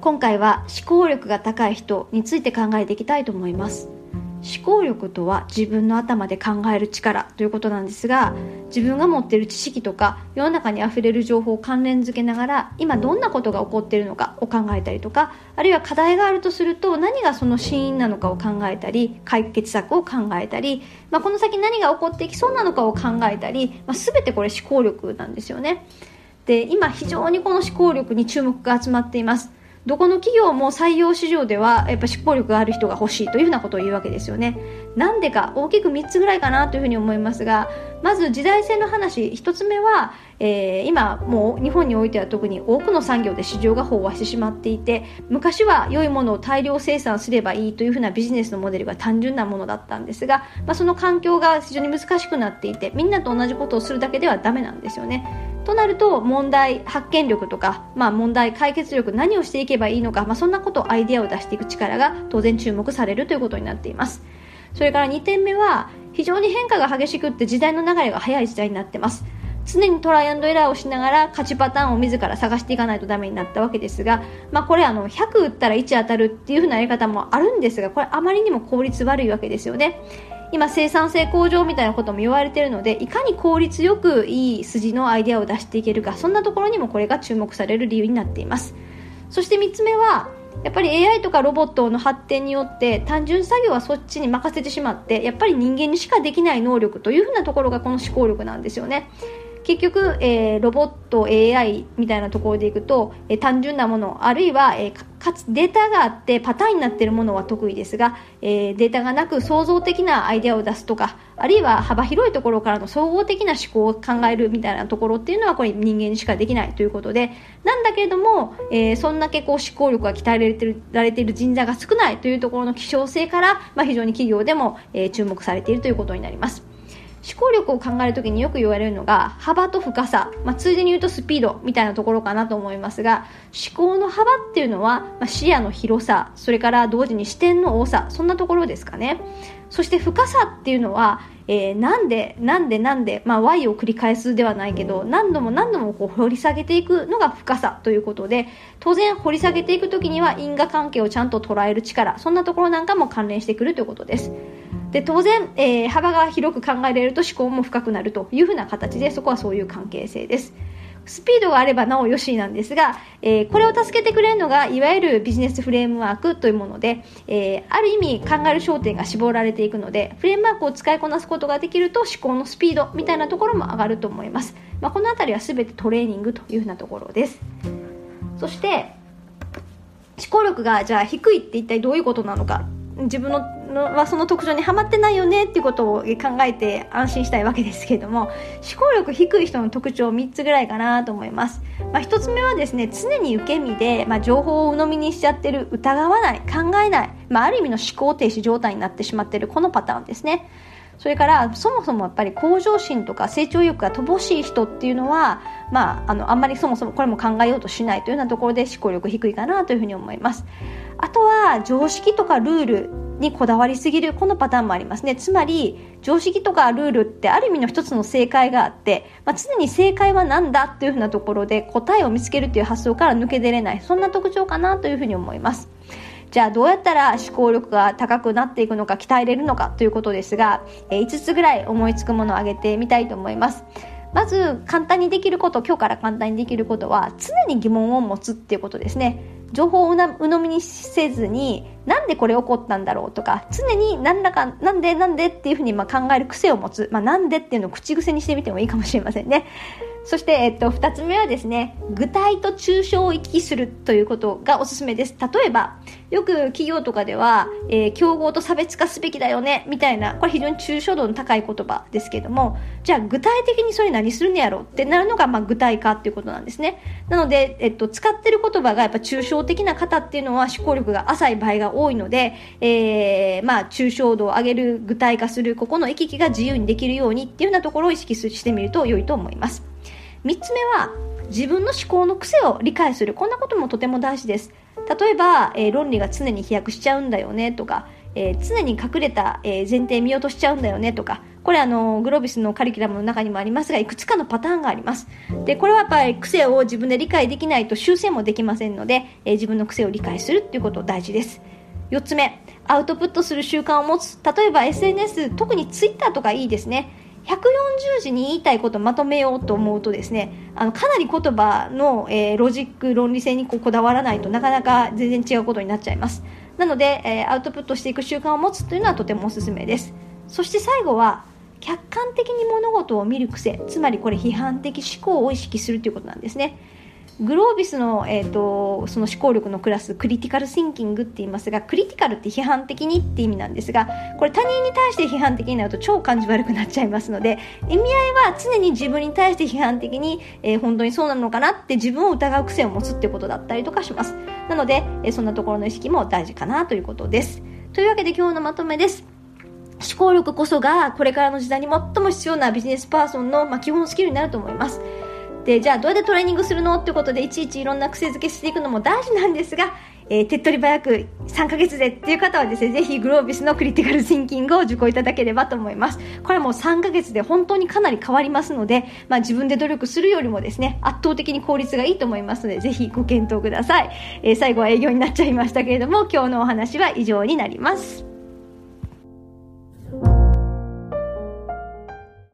今回は思考力が高い人について考えていきたいと思います。思考力とは自分の頭で考える力ということなんですが、自分が持っている知識とか世の中にあふれる情報を関連付けながら今どんなことが起こっているのかを考えたりとか、あるいは課題があるとすると何がその真因なのかを考えたり、解決策を考えたり、この先何が起こっていきそうなのかを考えたり、全てこれ思考力なんですよね。で、今非常にこの思考力に注目が集まっています。どこの企業も採用市場ではやっぱ思考力がある人が欲しいというふうなことを言うわけですよね。なんでか大きく3つぐらいかなというふうに思いますが、まず時代性の話、1つ目は、今もう日本においては特に多くの産業で市場が飽和してしまっていて、昔は良いものを大量生産すればいいというふうなビジネスのモデルが単純なものだったんですが、その環境が非常に難しくなっていて、みんなと同じことをするだけではダメなんですよね。となると問題発見力とか、問題解決力、何をしていけばいいのか、そんなことアイデアを出していく力が当然注目されるということになっています。それから2点目は非常に変化が激しくって時代の流れが早い時代になっています。常にトライアンドエラーをしながら勝ちパターンを自ら探していかないとダメになったわけですが、これ100打ったら1当たるっていう風なやり方もあるんですが、これあまりにも効率悪いわけですよね。今生産性向上みたいなことも言われているので、いかに効率よくいい筋のアイデアを出していけるか、そんなところにもこれが注目される理由になっています。そして3つ目はやっぱり AI とかロボットの発展によって単純作業はそっちに任せてしまって、やっぱり人間にしかできない能力というふうなところがこの思考力なんですよね。結局、ロボット AI みたいなところでいくと、単純なもの、あるいは、かつデータがあってパターンになっているものは得意ですが、データがなく創造的なアイデアを出すとか、あるいは幅広いところからの総合的な思考を考えるみたいなところっていうのはこれ人間にしかできないということで、なんだけれども、そんだけ思考力が鍛えられている人材が少ないというところの希少性から、非常に企業でも、注目されているということになります。思考力を考えるときによく言われるのが幅と深さ、ついでに言うとスピードみたいなところかなと思いますが、思考の幅っていうのは、視野の広さ、それから同時に視点の多さ、そんなところですかね。そして深さっていうのは、なんで、Y を繰り返すではないけど、何度もこう掘り下げていくのが深さということで、当然掘り下げていくときには因果関係をちゃんと捉える力、そんなところなんかも関連してくるということです。で、当然、幅が広く考えられると思考も深くなるというふうな形で、そこはそういう関係性です。スピードがあればなおよしなんですが、これを助けてくれるのがいわゆるビジネスフレームワークというもので、ある意味考える焦点が絞られていくので、フレームワークを使いこなすことができると思考のスピードみたいなところも上がると思います。このあたりは全てトレーニングというふうなところです。そして思考力がじゃあ低いって一体どういうことなのか、自分はその特徴にはまってないよねっていうことを考えて安心したいわけですけれども、思考力低い人の特徴3つぐらいかなと思います。1つ目はですね、常に受け身で、情報を鵜呑みにしちゃってる、疑わない、考えない、ある意味の思考停止状態になってしまっている、このパターンですね。それからそもそもやっぱり向上心とか成長意欲が乏しい人っていうのは、あんまりそもそもこれも考えようとしないというようなところで思考力低いかなというふうに思います。あとは常識とかルールにこだわりすぎる、このパターンもありますね。つまり常識とかルールってある意味の一つの正解があって、常に正解は何だというふうなところで答えを見つけるという発想から抜け出れない、そんな特徴かなというふうに思います。じゃあどうやったら思考力が高くなっていくのか、鍛えれるのかということですが、5つぐらい思いつくものを挙げてみたいと思います。まず簡単にできること、今日から簡単にできることは常に疑問を持つっていうことですね。情報を鵜呑みにせずに、なんでこれ起こったんだろうとか、常に何らかなんでっていうふうに考える癖を持つ、なんでっていうのを口癖にしてみてもいいかもしれませんね。そして、2つ目はですね、具体と抽象を行き来するということがおすすめです。例えばよく企業とかでは、競合と差別化すべきだよねみたいな、これ非常に抽象度の高い言葉ですけども、じゃあ具体的にそれ何するんやろってなるのが、具体化っていうことなんですね。なので、使ってる言葉がやっぱ抽象的な方っていうのは思考力が浅い場合が多いので、抽象度を上げる、具体化する、ここの行き来が自由にできるようにっていうようなところを意識してみると良いと思います。3つ目は自分の思考の癖を理解する、こんなこともとても大事です。例えば、論理が常に飛躍しちゃうんだよねとか、常に隠れた、前提見落としちゃうんだよねとか、 これグロービスのカリキュラムの中にもありますが、いくつかのパターンがあります。で、これはやっぱり癖を自分で理解できないと修正もできませんので、自分の癖を理解するっていうこと大事です。4つ目、アウトプットする習慣を持つ。例えば SNS、特にツイッターとかいいですね。140字に言いたいことをまとめようと思うとですね、かなり言葉の、ロジック論理性にこだわらないとなかなか全然違うことになっちゃいます。なので、アウトプットしていく習慣を持つというのはとてもおすすめです。そして最後は客観的に物事を見る癖、つまりこれ批判的思考を意識するということなんですね。グロービスの、その思考力のクラス、クリティカルシンキングって言いますが、クリティカルって批判的にって意味なんですが、これ他人に対して批判的になると超感じ悪くなっちゃいますので、意味合いは常に自分に対して批判的に、本当にそうなのかなって自分を疑う癖を持つってことだったりとかします。なので、そんなところの意識も大事かなということです。というわけで今日のまとめです。思考力こそがこれからの時代に最も必要なビジネスパーソンの、基本スキルになると思います。で、じゃあどうやってトレーニングするのってことでいちいちいろんな癖づけしていくのも大事なんですが、手っ取り早く3ヶ月でっていう方はですね、ぜひグロービスのクリティカルシンキングを受講いただければと思います。これもう3ヶ月で本当にかなり変わりますので、自分で努力するよりもですね、圧倒的に効率がいいと思いますので、ぜひご検討ください。最後は営業になっちゃいましたけれども、今日のお話は以上になります。